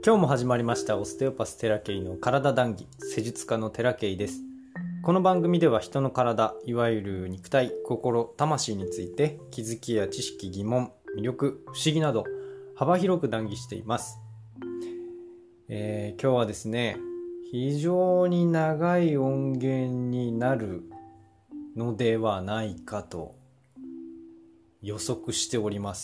今日も始まりましたオステオパステラケイの体談義、施術家のテラケイです。この番組では人の体、いわゆる肉体、心、魂について気づきや知識、疑問、魅力、不思議など幅広く談義しています。今日はですね、非常に長い音源になるのではないかと予測しております。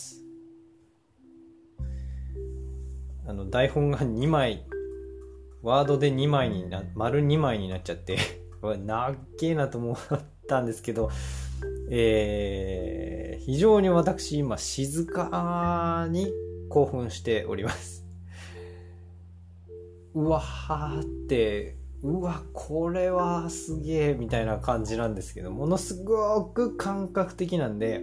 台本が2枚ワードで2枚に丸2枚になっちゃってなっけーなと思ったんですけど、非常に私今静かに興奮しております。うわーって、うわこれはすげえみたいな感じなんですけど、ものすごく感覚的なんで、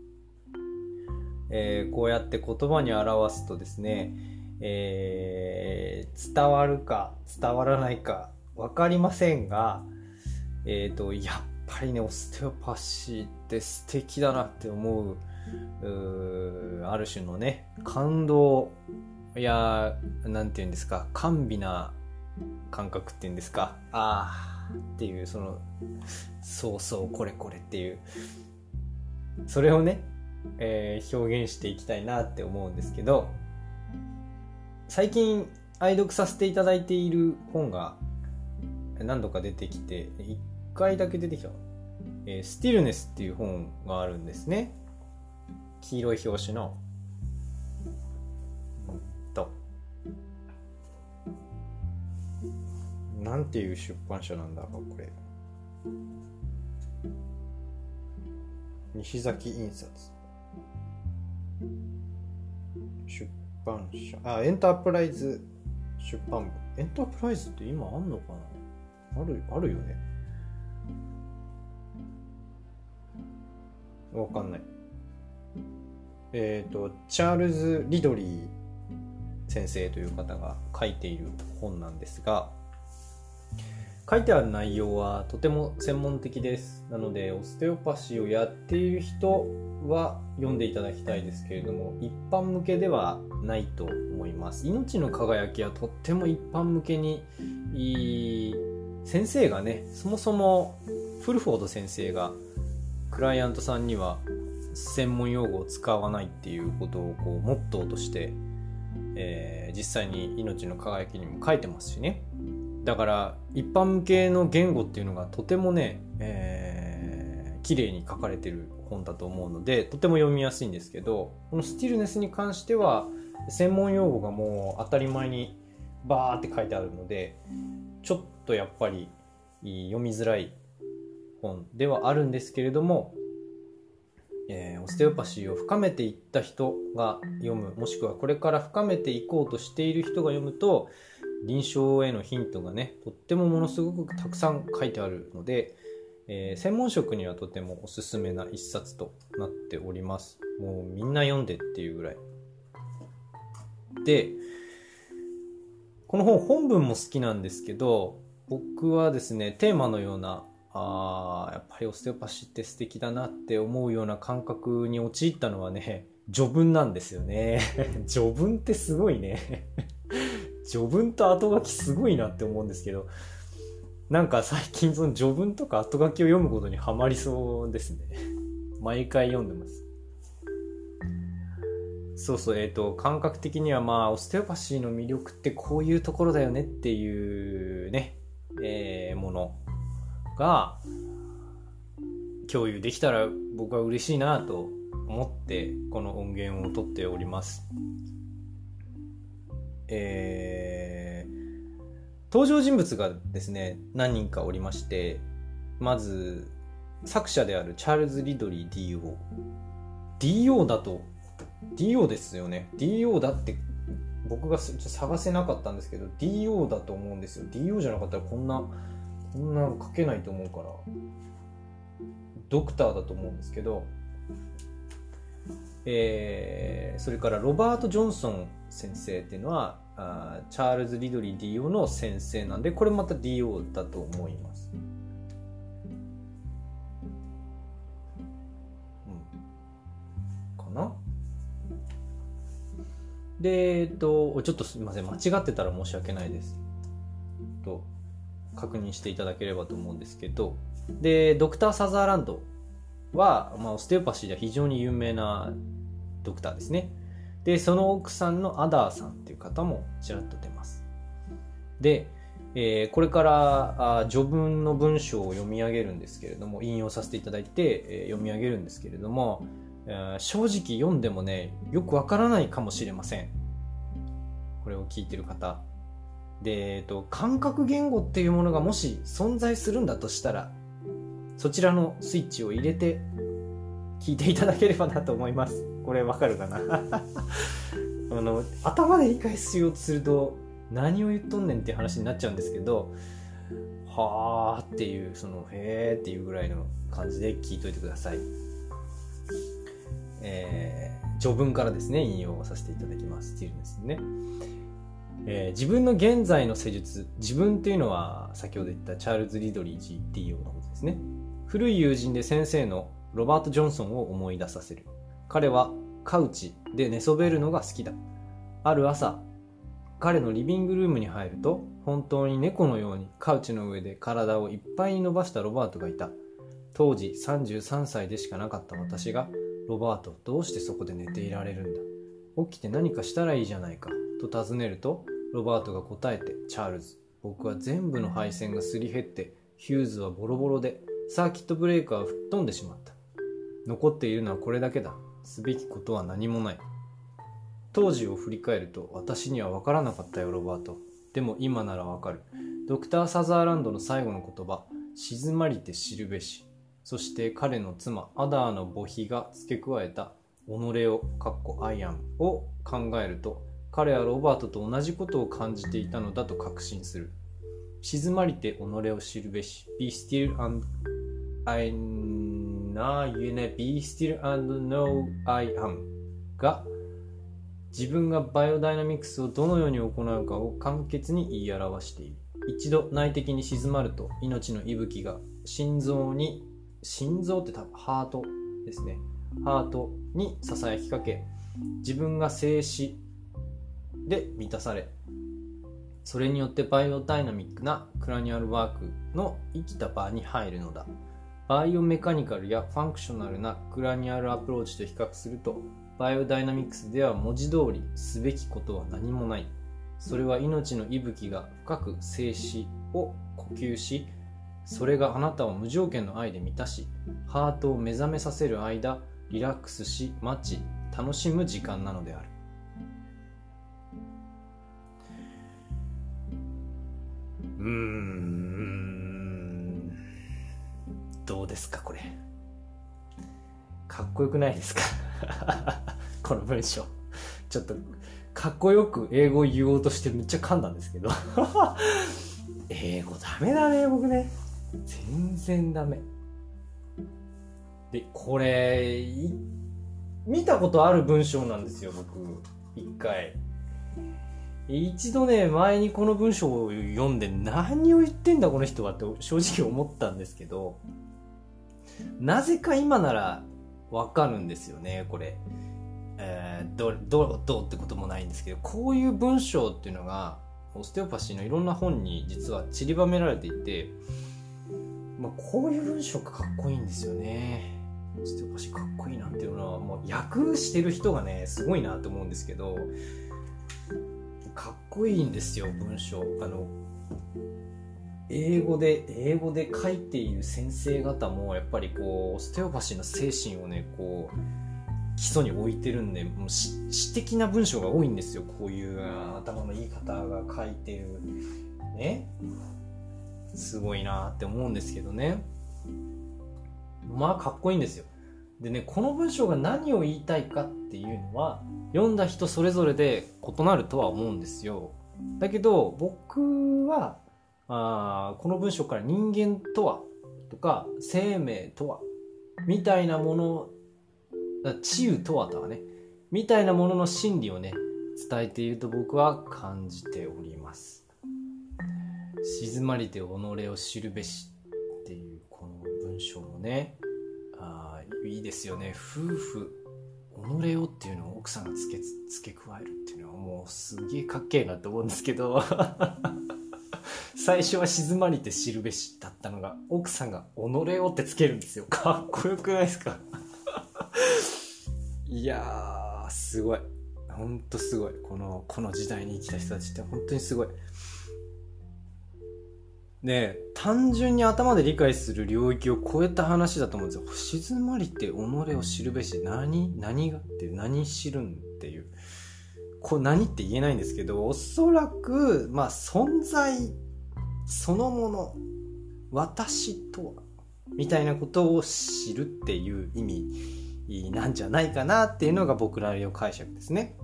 こうやって言葉に表すとですね、伝わるか伝わらないか分かりませんが、やっぱりね、オステオパシーって素敵だなって思う、ある種のね、感動や、なんていうんですか、甘美な感覚っていうんですか、っていう、そうそうこれこれっていう、それをね、表現していきたいなって思うんですけど、最近愛読させていただいている本が何度か出てきて、1回だけ出てきた、スティルネスっていう本があるんですね。黄色い表紙のなんていう出版社なんだか、これ西崎印刷出版社、エンタープライズ出版部。エンタープライズって今あんのかな。あるよね。わかんない。チャールズ・リドリー先生という方が書いている本なんですが、書いてある内容はとても専門的です。なのでオステオパシーをやっている人は読んでいただきたいですけれども、一般向けではないと思います。命の輝きはとっても一般向けに先生がね、そもそもフルフォード先生がクライアントさんには専門用語を使わないっていうことをこうモットーとして、実際に命の輝きにも書いてますしね。だから一般向けの言語っていうのがとてもね、綺麗に書かれてる本だと思うので、とても読みやすいんですけど、このスティルネスに関しては専門用語がもう当たり前にバーって書いてあるので、ちょっとやっぱり読みづらい本ではあるんですけれども、オステオパシーを深めていった人が読む、もしくはこれから深めていこうとしている人が読むと、臨床へのヒントがね、とってもものすごくたくさん書いてあるので、専門職にはとてもおすすめな一冊となっております。もうみんな読んでっていうぐらいで、この本文も好きなんですけど、僕はですね、テーマのようなやっぱりオステオパシーって素敵だなって思うような感覚に陥ったのはね、序文なんですよね。序文ってすごいね。序文と後書きすごいなって思うんですけど、なんか最近その序文とか後書きを読むことにハマりそうですね。毎回読んでます。そうそう、感覚的にはオステオパシーの魅力ってこういうところだよねっていうね、ものが共有できたら僕は嬉しいなと思ってこの音源を撮っております。登場人物がですね、何人かおりまして、まず作者であるチャールズ・リドリー DO だと DO ですよね。 DO だって僕がちょっと探せなかったんですけど、 DO だと思うんですよ。 DO じゃなかったらこんな書けないと思うからドクターだと思うんですけど、それからロバート・ジョンソン先生っていうのはチャールズ・リドリー DO の先生なんで、これまた DO だと思います。かな。 でちょっとすみません、間違ってたら申し訳ないですと確認していただければと思うんですけど、でドクター・サザーランドは、オステオパシーでは非常に有名なドクターですね。でその奥さんのアダーさんっていう方もちらっと出ます。で、これから序文の文章を読み上げるんですけれども、引用させていただいて、読み上げるんですけれども、正直読んでもねよくわからないかもしれません、これを聞いてる方で。感覚言語っていうものがもし存在するんだとしたら、そちらのスイッチを入れて聞いていただければなと思います。これわかるかな頭で理解しようとすると何を言っとんねんっていう話になっちゃうんですけど、はーっていう、へーっていうぐらいの感じで聞いといてください。序文からですね、引用させていただきます。スティルネスね。自分の現在の施術、自分っていうのは先ほど言ったチャールズ・リドリー GTO のことですね。古い友人で先生のロバート・ジョンソンを思い出させる。彼はカウチで寝そべるのが好きだ。ある朝、彼のリビングルームに入ると、本当に猫のようにカウチの上で体をいっぱいに伸ばしたロバートがいた。当時33歳でしかなかった私が、ロバート、どうしてそこで寝ていられるんだ。起きて何かしたらいいじゃないか。と尋ねると、ロバートが答えて、チャールズ、僕は全部の配線がすり減って、ヒューズはボロボロで、サーキットブレーカーは吹っ飛んでしまった。残っているのはこれだけだ。すべきことは何もない。当時を振り返ると、私には分からなかったよ、ロバート。でも今なら分かる。ドクター・サザーランドの最後の言葉、静まりて知るべし。そして彼の妻アダーの母妃が付け加えた己をアイアンを考えると、彼はロバートと同じことを感じていたのだと確信する。静まりて己を知るべし。 Be still and I Be still and know I am が、自分がバイオダイナミクスをどのように行うかを簡潔に言い表している。一度内的に静まると、命の息吹が心臓って多分ハートですね。ハートにささやきかけ、自分が静止で満たされ、それによってバイオダイナミックなクラニアルワークの生きた場に入るのだ。バイオメカニカルやファンクショナルなクラニアルアプローチと比較すると、バイオダイナミクスでは文字通りすべきことは何もない。それは命の息吹が深く静止を呼吸し、それがあなたを無条件の愛で満たし、ハートを目覚めさせる間、リラックスし、待ち、楽しむ時間なのである。どうですかこれ。かっこよくないですかこの文章。ちょっとかっこよく英語を言おうとしてめっちゃ噛んだんですけど英語ダメだね、僕ね。全然ダメ。で、これ見たことある文章なんですよ、僕。一度ね、前にこの文章を読んで、何を言ってんだこの人はって正直思ったんですけど、なぜか今ならわかるんですよね、これ。どうってこともないんですけど、こういう文章っていうのがオステオパシーのいろんな本に実は散りばめられていて、こういう文章がかっこいいんですよね。オステオパシーかっこいいなっていうのは、もう訳してる人がねすごいなと思うんですけど、かっこいいんですよ文章。英語で書いている先生方もやっぱりこうオステオパシーの精神をねこう基礎に置いてるんで、もう詩的な文章が多いんですよ。こういう頭のいい方が書いてるね、すごいなって思うんですけどね。かっこいいんですよ。でね、この文章が何を言いたいかっていうのは読んだ人それぞれで異なるとは思うんですよ。だけど僕はこの文章から人間とはとか生命とはみたいなもの、治癒とはとはねみたいなものの真理をね伝えていると僕は感じております。静まりて己を知るべしっていうこの文章もねいいですよね。夫婦己をっていうのを奥さんが付け加えるっていうのはもうすげえかっけえなと思うんですけど最初は静まりて知るべしだったのが、奥さんが己をってつけるんですよ。かっこよくないですかいやーすごい、ほんとすごい。この時代に生きた人たちって本当にすごい。で、単純に頭で理解する領域を超えた話だと思うんですよ。静まりて己を知るべし。何がっていう、何知るんっていう。これ何って言えないんですけど、おそらく、存在そのもの、私とは、みたいなことを知るっていう意味なんじゃないかなっていうのが僕なりの解釈ですね。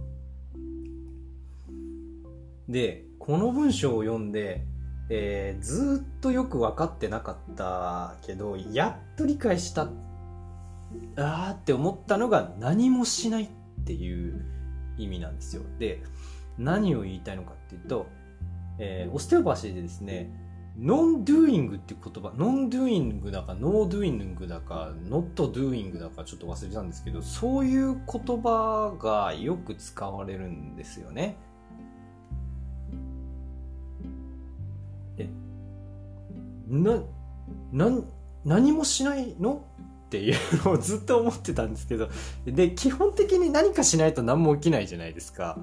で、この文章を読んで、ずっとよく分かってなかったけど、やっと理解したって思ったのが、何もしないっていう意味なんですよ。で、何を言いたいのかっていうと、オステオパシーでですね、ノンドゥーイングっていう言葉、ノンドゥーイングだかノードゥーイングだかノットドゥーイングだかちょっと忘れたんですけど、そういう言葉がよく使われるんですよね。何もしないのっていうのをずっと思ってたんですけど、で、基本的に何かしないと何も起きないじゃないですか。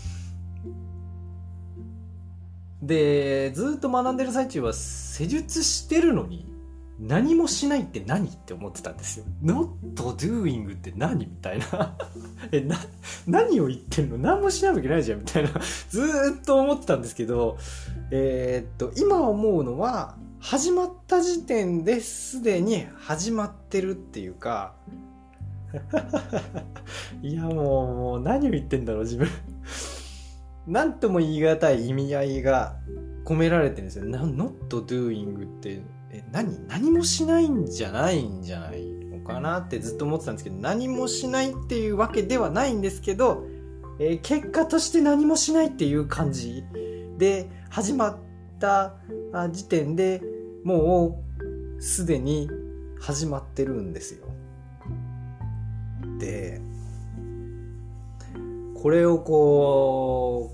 で、ずっと学んでる最中は施術してるのに何もしないって何って思ってたんですよ。 Not doing って何みたいな何を言ってんの、何もしないわけないじゃんみたいなずっと思ってたんですけど、今思うのは、始まった時点ですでに始まってるっていうかいやもう何を言ってんだろう自分なんとも言い難い意味合いが込められてるんですよ。not doing って何もしないんじゃないのかなってずっと思ってたんですけど、何もしないっていうわけではないんですけど、結果として何もしないっていう感じで始まった時点でもうすでに始まってるんですよ。で、これをこ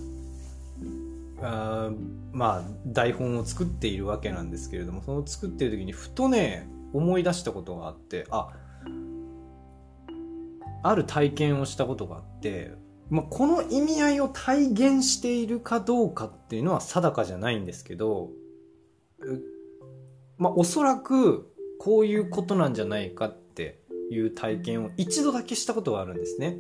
う台本を作っているわけなんですけれども、その作っている時にふとね思い出したことがあって、ある体験をしたことがあって、この意味合いを体現しているかどうかっていうのは定かじゃないんですけど、おそらくこういうことなんじゃないかっていう体験を一度だけしたことがあるんですね。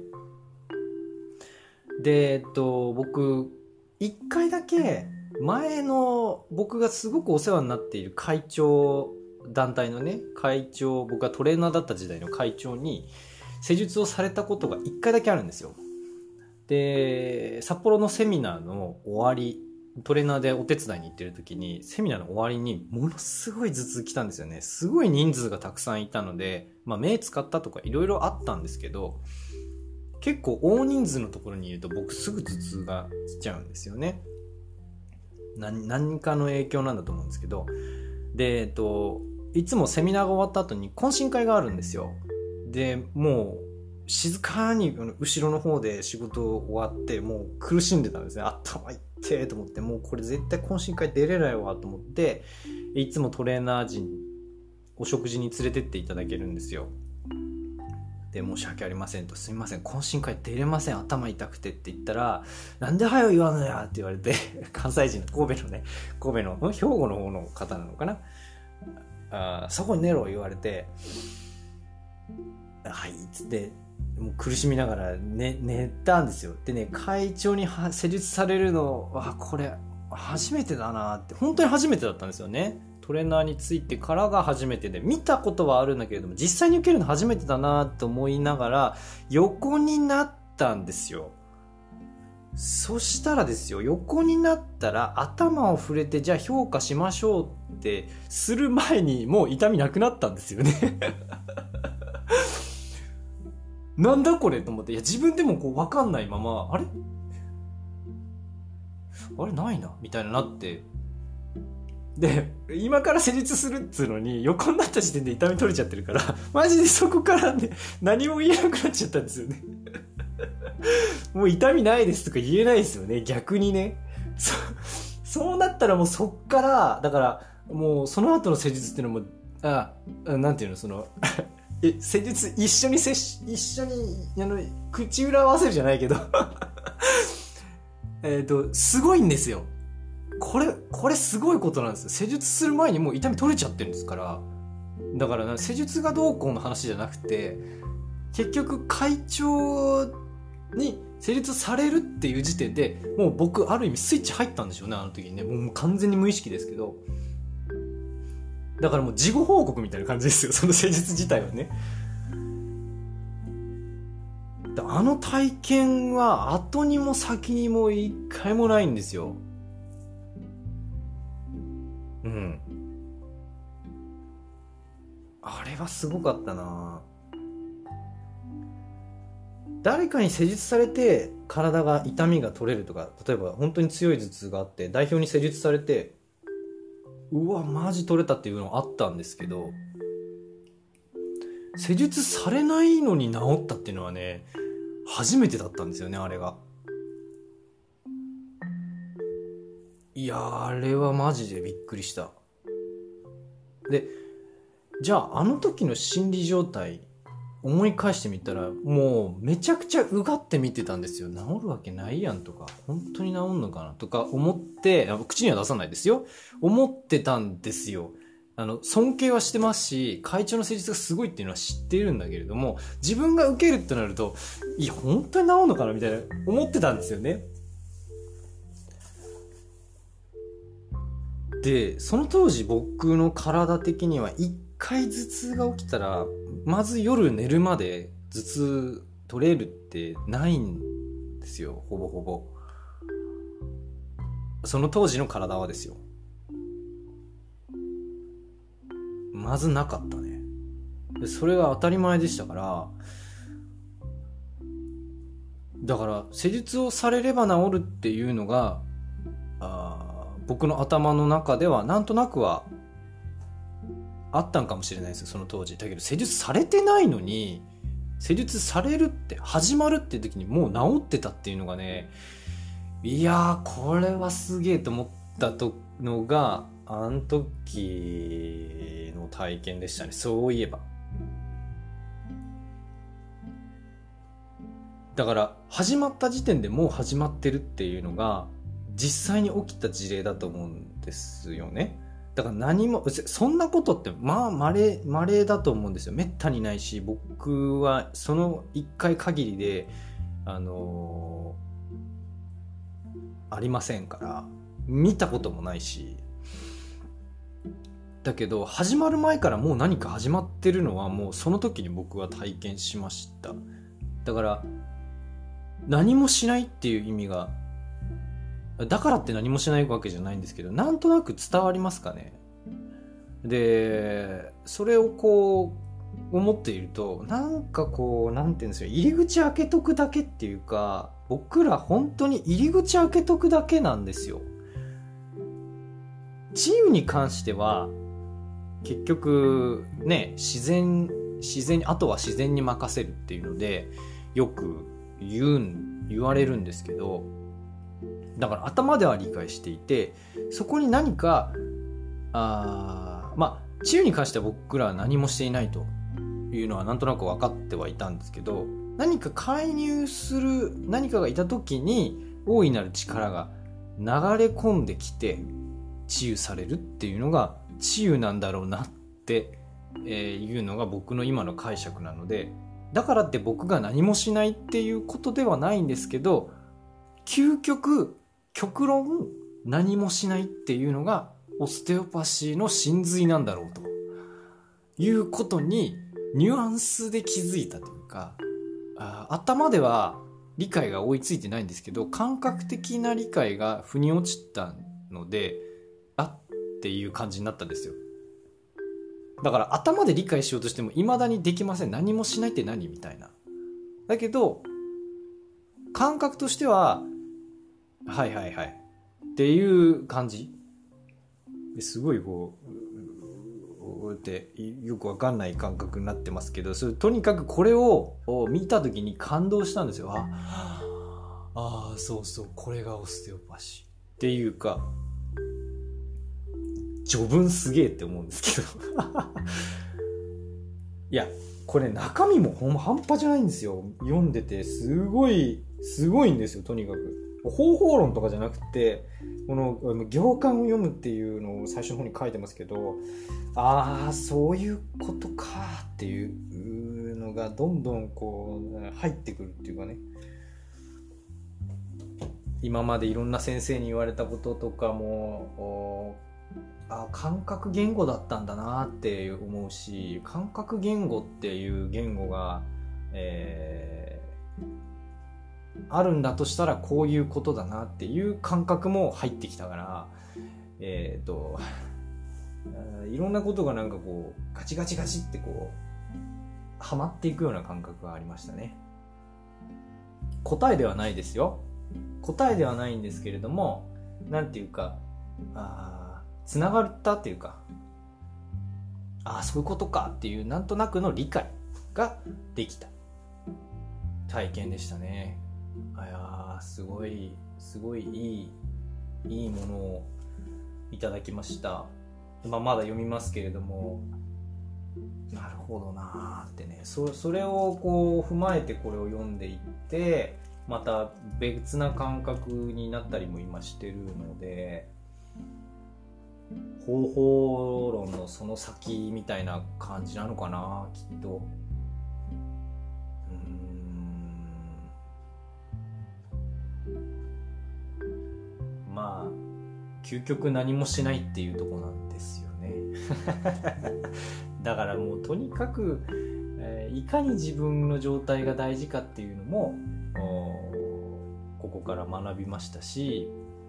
で、僕一回だけ前の僕がすごくお世話になっている会長、団体のね会長、僕がトレーナーだった時代の会長に施術をされたことが一回だけあるんですよ。で、札幌のセミナーの終わり、トレーナーでお手伝いに行ってる時にセミナーの終わりにものすごい頭痛きたんですよね。すごい人数がたくさんいたので、目使ったとかいろいろあったんですけど、結構大人数のところにいると僕すぐ頭痛が来ちゃうんですよね。何かの影響なんだと思うんですけど、で、いつもセミナーが終わった後に懇親会があるんですよ。で、もう静かに後ろの方で仕事終わってもう苦しんでたんですね。頭痛ってと思って、もうこれ絶対懇親会出れないわと思って、いつもトレーナー陣お食事に連れてっていただけるんですよ。で、申し訳ありませんと、すみません懇親会出れません、頭痛くてって言ったら、なんで早よ言わんのやって言われて関西人の神戸の兵庫の方の方なのかな、そこに寝ろ言われて、はいっつってもう苦しみながら、寝たんですよ。でね、会長に施術されるのはこれ初めてだなって、本当に初めてだったんですよね。トレーナーについてからが初めてで、見たことはあるんだけれども実際に受けるの初めてだなと思いながら横になったんですよ。そしたらですよ、横になったら頭を触れて、じゃあ評価しましょうってする前にもう痛みなくなったんですよねなんだこれと思って、いや自分でもこう分かんないまま、あれないなみたいになって、 で今から施術するっつうのに横になった時点で痛み取れちゃってるからマジでそこからね何も言えなくなっちゃったんですよねもう痛みないですとか言えないですよね、逆にね。そうなったらもうそっからだからもうその後の施術っていうのもなんていうの、その施術一緒に口裏合わせるじゃないけどすごいんですよ。これすごいことなんですよ。施術する前にもう痛み取れちゃってるんですから。だから施術がどうこうの話じゃなくて、結局会長に施術されるっていう時点でもう僕ある意味スイッチ入ったんでしょうね、あの時にね。もう完全に無意識ですけど、だからもう事後報告みたいな感じですよ、その施術自体はね。あの体験は後にも先にも一回もないんですよ。うん。あれはすごかったな。誰かに施術されて体が痛みが取れるとか、例えば本当に強い頭痛があって代表に施術されてうわマジ取れたっていうのあったんですけど、施術されないのに治ったっていうのはね初めてだったんですよね、あれが。いやー、あれはマジでびっくりした。でじゃああの時の心理状態思い返してみたら、もうめちゃくちゃうがって見てたんですよ。治るわけないやんとか、本当に治んのかなとか思って、口には出さないですよ、思ってたんですよ。尊敬はしてますし、会長の施術がすごいっていうのは知っているんだけれども、自分が受けるってなると、いや本当に治るのかなみたいな思ってたんですよね。でその当時僕の体的には一回頭痛が起きたらまず夜寝るまで頭痛取れるってないんですよ、ほぼほぼ。その当時の体はですよ、まずなかったね。それが当たり前でしたから、だから施術をされれば治るっていうのが僕の頭の中ではなんとなくはあったんかもしれないですよ、その当時。だけど施術されてないのに施術されるって始まるって時にもう治ってたっていうのがね、いやーこれはすげえと思ったのがあの時の体験でしたね。そういえばだから始まった時点でもう始まってるっていうのが実際に起きた事例だと思うんですよね。だから何もそんなことってまあ稀だと思うんですよ。めったにないし、僕はその一回限りでありませんから、見たこともないし。だけど始まる前からもう何か始まってるのはもうその時に僕は体験しました。だから何もしないっていう意味が、だからって何もしないわけじゃないんですけど、なんとなく伝わりますかね。でそれをこう思っていると、なんかこうなんていうんですよ、入り口開けとくだけっていうか、僕ら本当に入り口開けとくだけなんですよ。治癒に関しては結局ね、自然に、あとは自然に任せるっていうのでよく言われるんですけど、だから頭では理解していて、そこに何かまあ治癒に関しては僕らは何もしていないというのはなんとなく分かってはいたんですけど、何か介入する何かがいた時に大いなる力が流れ込んできて治癒されるっていうのが治癒なんだろうなっていうのが僕の今の解釈なので、だからって僕が何もしないっていうことではないんですけど、極論何もしないっていうのがオステオパシーの真髄なんだろうということにニュアンスで気づいたというか、頭では理解が追いついてないんですけど、感覚的な理解が腑に落ちたので、っていう感じになったんですよ。だから頭で理解しようとしても未だにできません。何もしないって何みたいな。だけど感覚としてははいはいはいっていう感じすごいってよくわかんない感覚になってますけど、とにかくこれを見た時に感動したんですよ。そうそう、これがオステオパシーっていうか、序文すげえって思うんですけどいやこれ中身も半端じゃないんですよ。読んでてすごいんですよ。とにかく方法論とかじゃなくて、この行間を読むっていうのを最初の方に書いてますけど、そういうことかっていうのがどんどんこう入ってくるっていうかね、今までいろんな先生に言われたこととかも感覚言語だったんだなって思うし、感覚言語っていう言語が、あるんだとしたらこういうことだなっていう感覚も入ってきたから、いろんなことがなんかこうガチガチガチってこうはまっていくような感覚がありましたね。答えではないですよ。答えではないんですけれども、なんていうかつながったっていうか、そういうことかっていうなんとなくの理解ができた体験でしたね。すごいいいものをいただきました。まだ読みますけれども、なるほどなーってね、それをこう踏まえてこれを読んでいって、また別な感覚になったりも今してるので、方法論のその先みたいな感じなのかな、きっと。究極何もしないっていうとこなんですよねだからもうとにかく、いかに自分の状態が大事かっていうのもここから学びましたし、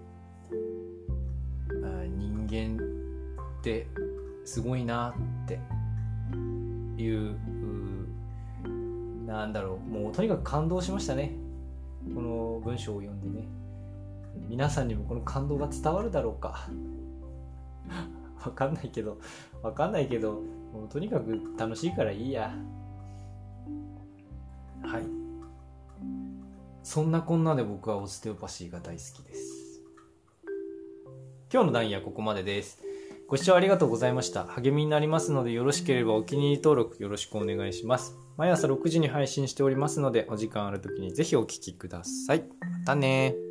人間ってすごいなっていうもうとにかく感動しましたね。この文章を読んでね、皆さんにもこの感動が伝わるだろうかわかんないけどもうとにかく楽しいからいいや。はい、そんなこんなで僕はオステオパシーが大好きです。今日の談義はここまでです。ご視聴ありがとうございました。励みになりますので、よろしければお気に入り登録よろしくお願いします。毎朝6時に配信しておりますので、お時間ある時にぜひお聞きください。またね。